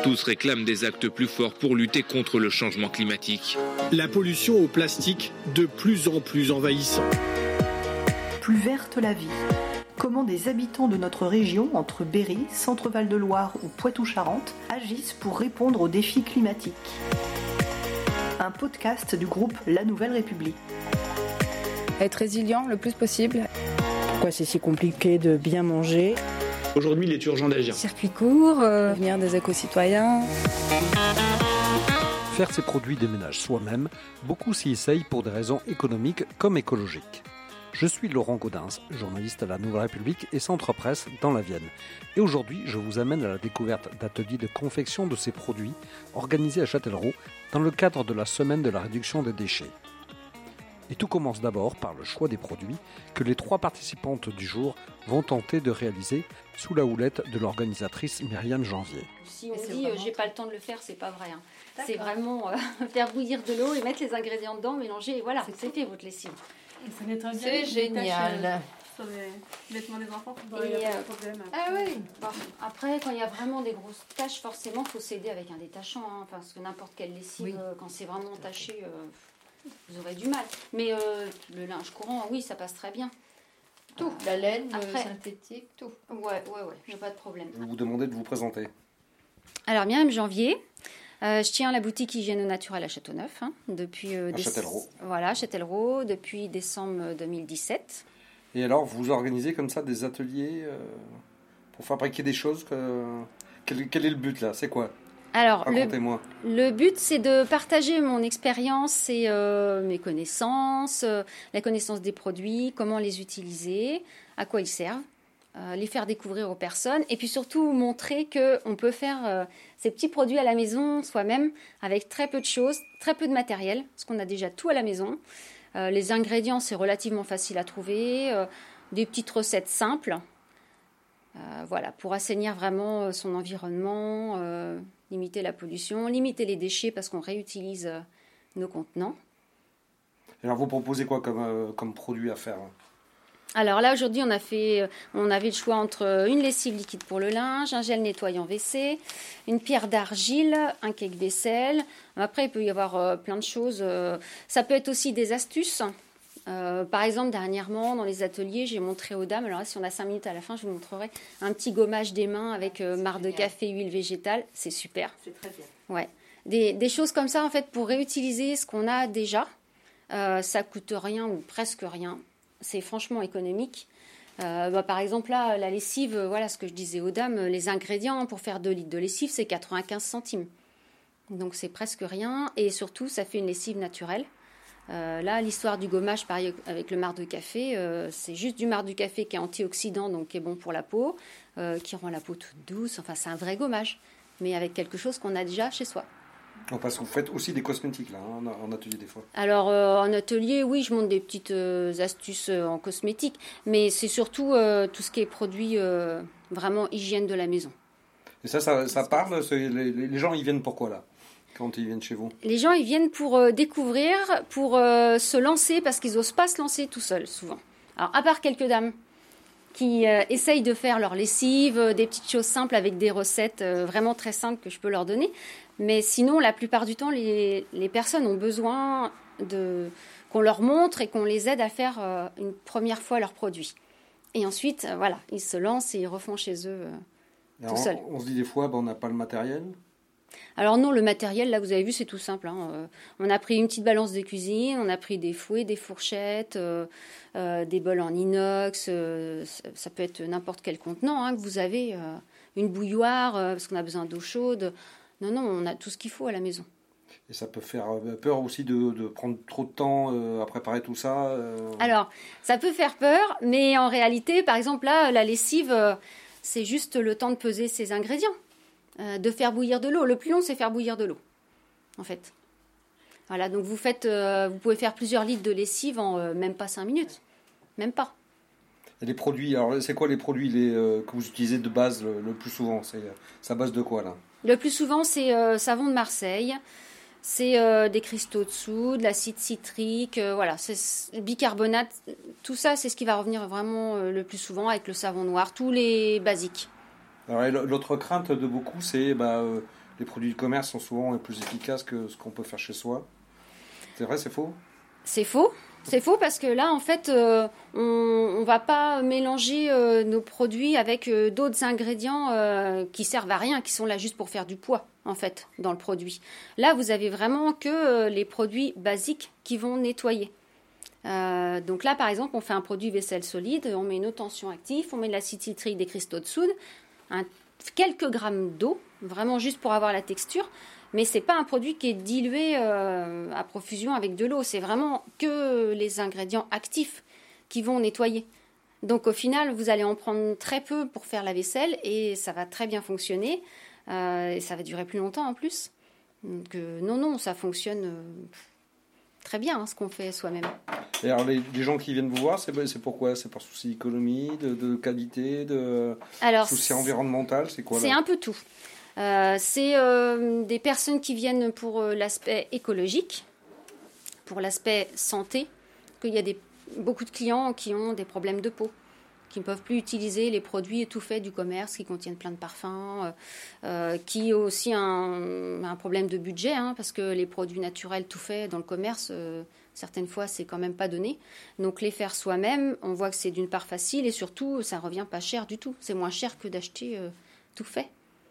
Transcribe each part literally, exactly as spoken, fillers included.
Tous réclament des actes plus forts pour lutter contre le changement climatique. La pollution au plastique de plus en plus envahissant. Plus verte la vie. Comment des habitants de notre région, entre Berry, Centre-Val de Loire ou Poitou-Charentes, agissent pour répondre aux défis climatiques. Un podcast du groupe La Nouvelle République. Être résilient le plus possible. Pourquoi c'est si compliqué de bien manger ? Aujourd'hui, il est urgent d'agir. Circuit court, euh, devenir des éco-citoyens. Faire ses produits de ménage soi-même, beaucoup s'y essayent pour des raisons économiques comme écologiques. Je suis Laurent Gaudens, journaliste à La Nouvelle République et Centre Presse dans la Vienne. Et aujourd'hui, je vous amène à la découverte d'ateliers de confection de ces produits organisés à Châtellerault dans le cadre de la semaine de la réduction des déchets. Et tout commence d'abord par le choix des produits que les trois participantes du jour vont tenter de réaliser sous la houlette de l'organisatrice Myriam Janvier. Si on dit euh, j'ai pas le temps de le faire, c'est pas vrai. Hein. C'est vraiment euh, faire bouillir de l'eau et mettre les ingrédients dedans, mélanger et voilà, c'est, c'est fait votre lessive. Ça nettoie bien. C'est génial. Sur les vêtements des enfants, il et n'y a pas euh, de problème. Ah oui. Bon, après, quand il y a vraiment des grosses taches, forcément, il faut s'aider avec un détachant. Hein, parce que n'importe quelle lessive, oui. euh, quand c'est vraiment taché, euh, vous aurez du mal. Mais euh, le linge courant, oui, ça passe très bien. Tout. La laine, après, le synthétique, tout. Ouais, ouais, ouais, j'ai pas de problème. Je vais vous demander de vous présenter. Alors, Myriam Janvier. Euh, je tiens la boutique Hygiène au Naturel à Châteauneuf hein, depuis euh, à déce... Châtellerault. Voilà, Châtellerault depuis décembre deux mille dix-sept. Et alors, vous organisez comme ça des ateliers euh, pour fabriquer des choses que... quel, quel est le but là ? C'est quoi ? Alors, racontez-moi. Le, le but, c'est de partager mon expérience et euh, mes connaissances, euh, la connaissance des produits, comment les utiliser, à quoi ils servent. Euh, les faire découvrir aux personnes et puis surtout montrer qu'on peut faire euh, ces petits produits à la maison soi-même avec très peu de choses, très peu de matériel, parce qu'on a déjà tout à la maison. Euh, les ingrédients, c'est relativement facile à trouver, euh, des petites recettes simples, euh, voilà, pour assainir vraiment son environnement, euh, limiter la pollution, limiter les déchets parce qu'on réutilise euh, nos contenants. Alors vous proposez quoi comme, euh, comme produit à faire ? Alors là, aujourd'hui, on a fait, on avait le choix entre une lessive liquide pour le linge, un gel nettoyant W C, une pierre d'argile, un cake vaisselle. Après, il peut y avoir euh, plein de choses. Euh, ça peut être aussi des astuces. Euh, par exemple, dernièrement, dans les ateliers, j'ai montré aux dames, alors là, si on a cinq minutes à la fin, je vous montrerai un petit gommage des mains avec euh, marc de café, huile végétale. C'est super. C'est très bien. Ouais. Des, des choses comme ça, en fait, pour réutiliser ce qu'on a déjà. Euh, ça coûte rien ou presque rien. C'est franchement économique. Euh, bah, par exemple, là, la lessive, voilà ce que je disais aux dames, les ingrédients pour faire deux litres de lessive, c'est quatre-vingt-quinze centimes. Donc, c'est presque rien. Et surtout, ça fait une lessive naturelle. Euh, là, l'histoire du gommage, pareil avec le marc de café, euh, c'est juste du marc de café qui est antioxydant, donc qui est bon pour la peau, euh, qui rend la peau toute douce. Enfin, c'est un vrai gommage, mais avec quelque chose qu'on a déjà chez soi. Donc, parce que vous faites aussi des cosmétiques là, hein, en atelier des fois. Alors euh, en atelier, oui, je montre des petites euh, astuces euh, en cosmétique, mais c'est surtout euh, tout ce qui est produit euh, vraiment hygiène de la maison. Et ça, ça, ça parle c'est, les, les gens, ils viennent pourquoi là, quand ils viennent chez vous ? Les gens, ils viennent pour euh, découvrir, pour euh, se lancer, parce qu'ils n'osent pas se lancer tout seuls, souvent. Alors, à part quelques dames qui euh, essayent de faire leur lessive, euh, des petites choses simples avec des recettes euh, vraiment très simples que je peux leur donner. Mais sinon, la plupart du temps, les, les personnes ont besoin de, qu'on leur montre et qu'on les aide à faire euh, une première fois leurs produits. Et ensuite, euh, voilà, ils se lancent et ils refont chez eux euh, Alors, tout seuls. On, on se dit des fois, ben, on n'a pas le matériel. Alors non, le matériel, là, vous avez vu, c'est tout simple. Hein. Euh, on a pris une petite balance de cuisine, on a pris des fouets, des fourchettes, euh, euh, des bols en inox. Euh, ça, ça peut être n'importe quel contenant hein, que vous avez. Euh, une bouilloire, euh, parce qu'on a besoin d'eau chaude. Non, non, on a tout ce qu'il faut à la maison. Et ça peut faire peur aussi de, de prendre trop de temps euh, à préparer tout ça euh... Alors, ça peut faire peur, mais en réalité, par exemple, là, la lessive, euh, c'est juste le temps de peser ses ingrédients, euh, de faire bouillir de l'eau. Le plus long, c'est faire bouillir de l'eau, en fait. Voilà, donc vous, faites, euh, vous pouvez faire plusieurs litres de lessive en euh, même pas cinq minutes. Même pas. Et les produits, alors c'est quoi les produits les, euh, que vous utilisez de base le, le plus souvent ? C'est, c'est à base de quoi, là ? Le plus souvent, c'est euh, savon de Marseille, c'est euh, des cristaux de soude, de l'acide citrique, euh, voilà, c'est le bicarbonate. Tout ça, c'est ce qui va revenir vraiment euh, le plus souvent avec le savon noir, tous les basiques. Alors, l'autre crainte de beaucoup, c'est bah, euh, les produits de commerce sont souvent plus efficaces que ce qu'on peut faire chez soi. C'est vrai, c'est faux ? C'est faux. C'est faux parce que là, en fait, euh, on ne va pas mélanger euh, nos produits avec euh, d'autres ingrédients euh, qui servent à rien, qui sont là juste pour faire du poids, en fait, dans le produit. Là, vous avez vraiment que euh, les produits basiques qui vont nettoyer. Euh, donc là, par exemple, on fait un produit vaisselle solide, on met une eau tension active, on met de l'acide citrique, des cristaux de soude, un, quelques grammes d'eau, vraiment juste pour avoir la texture. Mais ce n'est pas un produit qui est dilué euh, à profusion avec de l'eau. C'est vraiment que les ingrédients actifs qui vont nettoyer. Donc au final, vous allez en prendre très peu pour faire la vaisselle et ça va très bien fonctionner. Euh, et ça va durer plus longtemps en plus. Donc euh, non, non, ça fonctionne euh, très bien hein, ce qu'on fait soi-même. Et alors les, les gens qui viennent vous voir, c'est, c'est pourquoi ? C'est par souci d'économie, de, de qualité, de alors, souci environnemental, c'est quoi là ? C'est un peu tout. Euh, c'est euh, des personnes qui viennent pour euh, l'aspect écologique, pour l'aspect santé, qu'il y a des, beaucoup de clients qui ont des problèmes de peau, qui ne peuvent plus utiliser les produits tout faits du commerce qui contiennent plein de parfums, euh, euh, qui ont aussi un, un problème de budget, hein, parce que les produits naturels tout faits dans le commerce, euh, certaines fois, c'est quand même pas donné. Donc les faire soi-même, on voit que c'est d'une part facile et surtout, ça revient pas cher du tout. C'est moins cher que d'acheter euh, tout fait.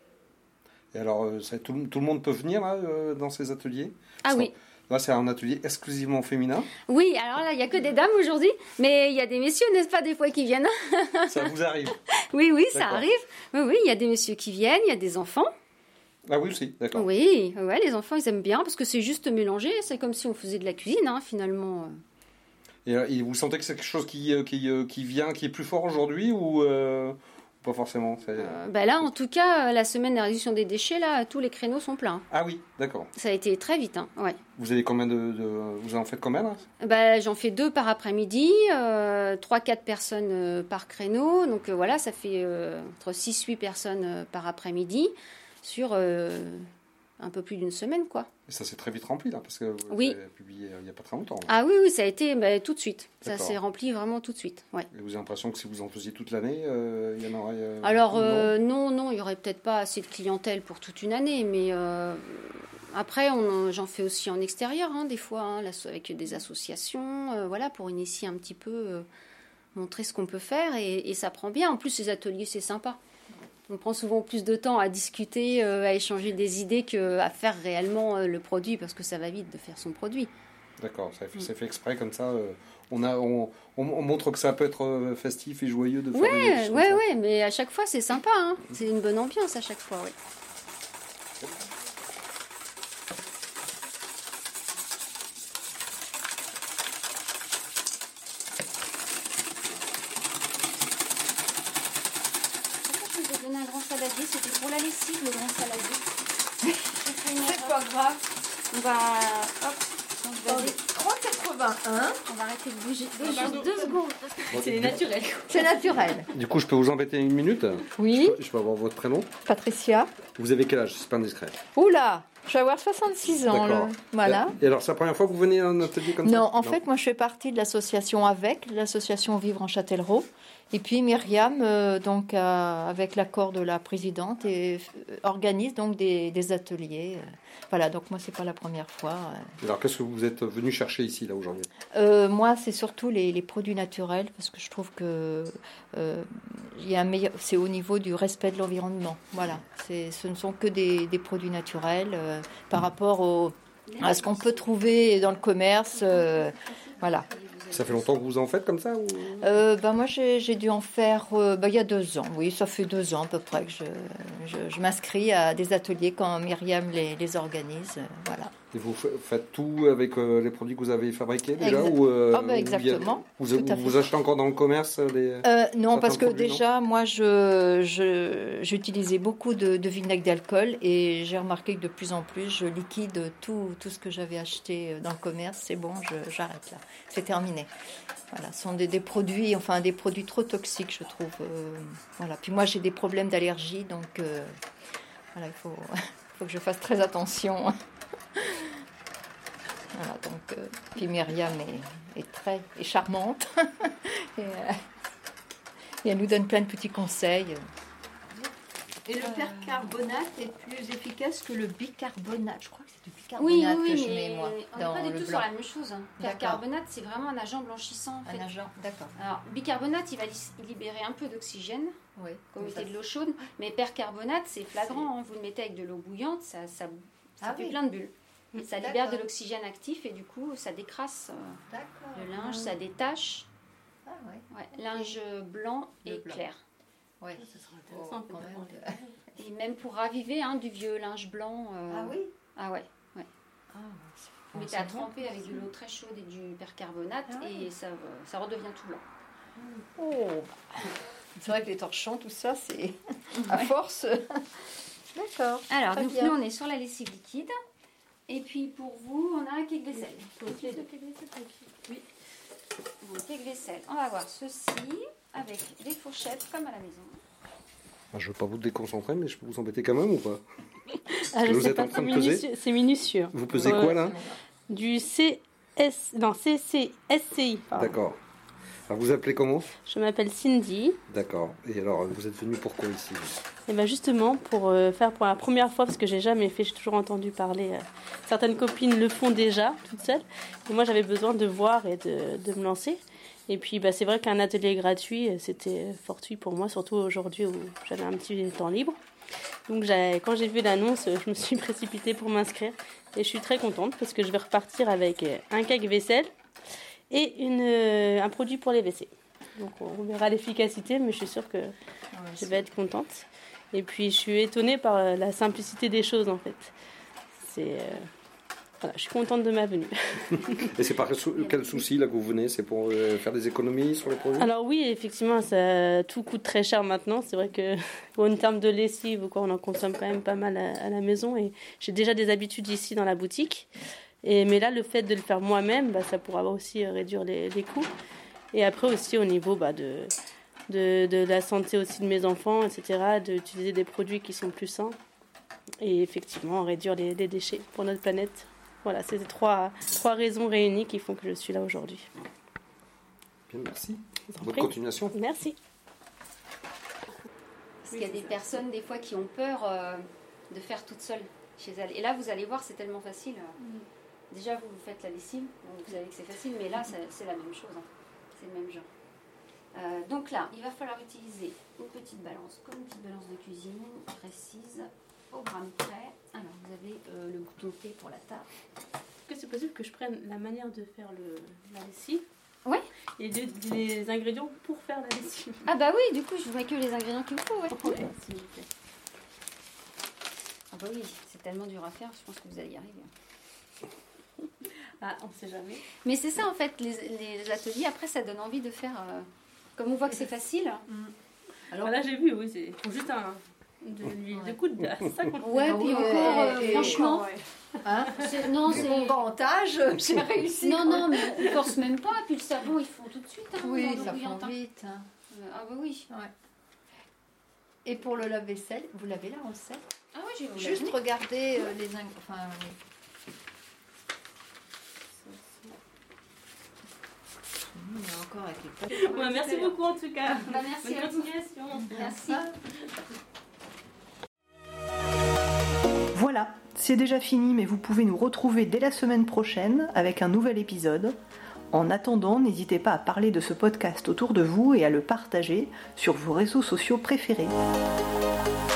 Et alors, ça, tout, tout le monde peut venir là, euh, dans ces ateliers ? Ah ça, oui. Là, c'est un atelier exclusivement féminin. Oui, alors là, il n'y a que des dames aujourd'hui, mais il y a des messieurs, n'est-ce pas, des fois, qui viennent. Ça vous arrive ? Oui, oui, ça D'accord. arrive. Oui, oui, il y a des messieurs qui viennent, il y a des enfants. Ah oui, aussi, d'accord. Oui, ouais, les enfants, ils aiment bien, parce que c'est juste mélangé, c'est comme si on faisait de la cuisine, hein, finalement. Et, et vous sentez que c'est quelque chose qui, qui, qui vient, qui est plus fort aujourd'hui ou... Euh... Pas forcément. C'est... Euh, bah là, en tout cas, la semaine de la réduction des déchets, là, tous les créneaux sont pleins. Ah oui, d'accord. Ça a été très vite, hein, ouais. Vous avez combien de, de... vous en faites combien là ? Bah, j'en fais deux par après-midi, euh, trois quatre personnes euh, par créneau, donc euh, voilà, ça fait euh, entre six huit personnes euh, par après-midi sur euh, un peu plus d'une semaine, quoi. Et ça s'est très vite rempli là, parce que vous oui. avez publié il n'y a pas très longtemps. Là. Ah oui, oui, ça a été bah, tout de suite. D'accord. Ça s'est rempli vraiment tout de suite. Ouais. Et vous avez l'impression que si vous en faisiez toute l'année, euh, il y en aurait. Euh, Alors euh, non, non, non, il n'y aurait peut-être pas assez de clientèle pour toute une année, mais euh, après, on, j'en fais aussi en extérieur, hein, des fois, hein, avec des associations, euh, voilà, pour initier un petit peu, euh, montrer ce qu'on peut faire, et, et ça prend bien. En plus, ces ateliers, c'est sympa. On prend souvent plus de temps à discuter, euh, à échanger des idées qu'à faire réellement euh, le produit, parce que ça va vite de faire son produit. D'accord, ça fait, c'est fait exprès comme ça. Euh, on, a, on, on, on montre que ça peut être euh, festif et joyeux de faire ouais, des choses ouais, comme ouais, mais à chaque fois c'est sympa. Hein. C'est une bonne ambiance à chaque fois, oui. Un grand saladier, c'était pour la lessive, le grand saladier. C'est pas grave. On va, hop, donc, vas-y. trois quatre-vingt-un. On va arrêter de bouger deux, juste deux secondes. C'est naturel. C'est naturel. Du coup, je peux vous embêter une minute ? Oui. Je peux, je peux avoir votre prénom ? Patricia. Vous avez quel âge ? C'est pas indiscret. Oula, je vais avoir soixante-six ans. D'accord. Le... Voilà. Et alors, c'est la première fois que vous venez à un atelier comme ça ? Non, en fait, moi, je fais partie de l'association AVEC, l'association Vivre en Châtellerault. Et puis Myriam, euh, donc, euh, avec l'accord de la présidente, et, euh, organise donc des, des ateliers. Euh, voilà, donc moi, c'est pas la première fois. Euh. Alors, qu'est-ce que vous êtes venu chercher ici, là, aujourd'hui ? euh, Moi, c'est surtout les, les produits naturels, parce que je trouve que euh, y a un meilleur, c'est au niveau du respect de l'environnement. Voilà, c'est, ce ne sont que des, des produits naturels euh, par rapport au, à ce qu'on peut trouver dans le commerce. Euh, voilà. Ça fait longtemps que vous en faites comme ça ou... euh, bah moi, j'ai, j'ai dû en faire euh, bah, il y a deux ans. Oui, ça fait deux ans à peu près que je, je, je m'inscris à des ateliers quand Myriam les, les organise. Euh, voilà. Et vous faites tout avec euh, les produits que vous avez fabriqués déjà Exact. ou, euh, ah bah exactement. Ou vous, vous, vous achetez encore dans le commerce les, euh, Non, parce que produits, déjà, non moi, je, je, j'utilisais beaucoup de, de vinaigre d'alcool et j'ai remarqué que de plus en plus, je liquide tout, tout ce que j'avais acheté dans le commerce. C'est bon, je, j'arrête là. C'est terminé. Voilà, ce sont des, des produits, enfin des produits trop toxiques, je trouve. Euh, voilà. Puis moi, j'ai des problèmes d'allergie, donc euh, voilà, il faut, faut que je fasse très attention. Voilà, donc, euh, puis Myriam est, est très est charmante et, euh, et elle nous donne plein de petits conseils. Et le percarbonate est plus efficace que le bicarbonate. Je crois que c'est du bicarbonate Oui, oui, que oui, je mais mets, moi, on dans n'est pas du le tout blanc. sur la même chose. Hein. D'accord. Percarbonate, c'est vraiment un agent blanchissant. En fait. Un agent, d'accord. Alors, bicarbonate, il va li- libérer un peu d'oxygène, Oui. comme ça, mettez de l'eau chaude. Mais percarbonate, c'est flagrant. Hein. Vous le mettez avec de l'eau bouillante, ça, ça, ça Ah fait oui. plein de bulles. Ça libère D'accord. de l'oxygène actif et du coup, ça décrasse euh, D'accord. le linge, ça détache. Ah ouais. Ouais, linge blanc Le et blanc. clair. Ouais. Ça sera intéressant. Oh, quand même. Et même pour raviver hein, du vieux linge blanc. euh, Ah oui. Ah ouais. ouais. Ah, Vous mettez à tremper avec de l'eau très chaude et du percarbonate Ah et ça, euh, ça redevient tout blanc. Oh. C'est vrai que les torchons, tout ça, c'est à force. D'accord. Alors, Très donc, bien. nous, on est sur la lessive liquide. Et puis, pour vous, on a un cake vaisselle. Toutes les deux. Oui. Donc, cake vaisselle. On va avoir ceci avec des fourchettes comme à la maison. Ah, je ne veux pas vous déconcentrer, mais je peux vous embêter quand même ou pas? Ah, je vous sais êtes pas, en train c'est de peser minutieux. C'est minutieux. Vous pesez Ouais. quoi là? Du C S... Non, C C S C I. pardon. D'accord. Alors vous appelez comment? Je m'appelle Cindy. D'accord. Et alors, vous êtes venu pourquoi ici? Et bien justement, pour euh, faire pour la première fois, parce que j'ai jamais fait, j'ai toujours entendu parler, euh, certaines copines le font déjà, toutes seules. Et moi, j'avais besoin de voir et de, de me lancer. Et puis, bah, c'est vrai qu'un atelier gratuit, euh, c'était fortuit pour moi, surtout aujourd'hui où j'avais un petit temps libre. Donc, j'ai- quand j'ai vu l'annonce, euh, je me suis précipitée pour m'inscrire. Et je suis très contente parce que je vais repartir avec euh, un cake vaisselle et une, euh, un produit pour les W C. Donc, on verra l'efficacité, mais je suis sûre que je vais être contente. Et puis, je suis étonnée par euh, la simplicité des choses, en fait. C'est... euh, Voilà, je suis contente de ma venue. Et c'est par quel sou- quel souci là que vous venez? C'est pour euh, faire des économies sur les produits? Alors oui, effectivement, ça, tout coûte très cher maintenant. C'est vrai que en termes de lessive ou quoi, on en consomme quand même pas mal à, à la maison. Et j'ai déjà des habitudes ici dans la boutique. Et, mais là, le fait de le faire moi-même, bah, ça pourra aussi euh, réduire les, les coûts. Et après aussi au niveau bah, de, de, de la santé aussi de mes enfants, et cetera, d'utiliser des produits qui sont plus sains. Et effectivement, réduire les, les déchets pour notre planète. Voilà, c'est trois, trois raisons réunies qui font que je suis là aujourd'hui. Bien, merci. Je vous en Bonne prie. continuation. Merci. Parce qu'il y a des personnes, des fois, qui ont peur euh, de faire toute seule chez elles. Et là, vous allez voir, c'est tellement facile. Déjà, vous, vous faites la lessive, donc vous savez que c'est facile, mais là, c'est c'est la même chose. hein. C'est le même genre. Euh, donc là, il va falloir utiliser une petite balance, comme une petite balance de cuisine, précise, au gramme près. Alors, vous avez euh, le bouton P pour la table. Est-ce que c'est possible que je prenne la manière de faire le, la lessive? Oui. Et les, les ingrédients pour faire la lessive. Ah bah oui, du coup, je vous mets que les ingrédients qu'il me faut, ouais. Ouais, s'il vous plaît. Ah bah oui, c'est tellement dur à faire, je pense que vous allez y arriver. Ah, on ne sait jamais. Mais c'est ça, en fait, les, les ateliers, après, ça donne envie de faire... euh, comme on voit que c'est facile. Alors là, j'ai vu, oui, c'est faut juste un, de l'huile de coude. C'est ça qu'on Ouais, Ah puis oui, encore, ouais, euh, et- franchement... Hein c'est- Non, C'est c'est... mon avantage, j'ai réussi. Non, non, mais on force même pas, puis le savon, ils font tout de suite. Hein, Oui, dans l'eau ça bouillante, prend hein. vite. hein. Euh, Ah bah oui. Ouais. Et pour le lave-vaisselle, vous l'avez là, on le sait. Ah ouais, je vais vous Juste l'amener. regarder euh, les ingrédients. Enfin, oui. Mmh, il y a encore avec les potes. Ouais, merci beaucoup en tout cas. Bah, merci Bonne à vous. continuation. Merci. Voilà, c'est déjà fini, mais vous pouvez nous retrouver dès la semaine prochaine avec un nouvel épisode. En attendant, n'hésitez pas à parler de ce podcast autour de vous et à le partager sur vos réseaux sociaux préférés.